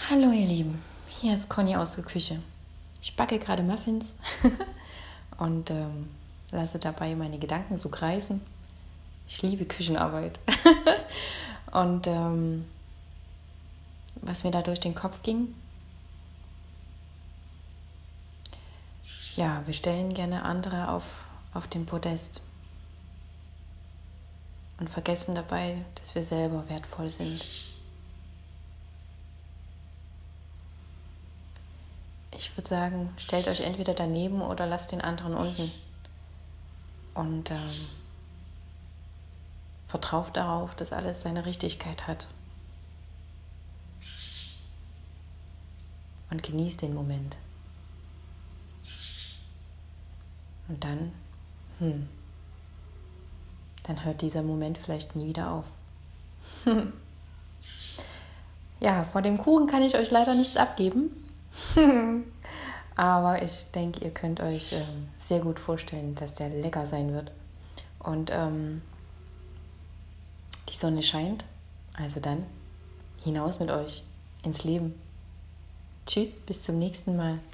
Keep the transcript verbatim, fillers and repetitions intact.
Hallo ihr Lieben, hier ist Conny aus der Küche. Ich backe gerade Muffins und ähm, lasse dabei meine Gedanken so kreisen. Ich liebe Küchenarbeit. und ähm, was mir da durch den Kopf ging, ja, wir stellen gerne andere auf, auf den Podest und vergessen dabei, dass wir selber wertvoll sind. Ich würde sagen, stellt euch entweder daneben oder lasst den anderen unten. Und ähm, vertraut darauf, dass alles seine Richtigkeit hat. Und genießt den Moment. Und dann, hm, dann hört dieser Moment vielleicht nie wieder auf. Ja, vor dem Kuchen kann ich euch leider nichts abgeben. Aber ich denke, ihr könnt euch ähm, sehr gut vorstellen, dass der lecker sein wird. Und ähm, die Sonne scheint. Also dann, hinaus mit euch ins Leben. Tschüss, bis zum nächsten Mal.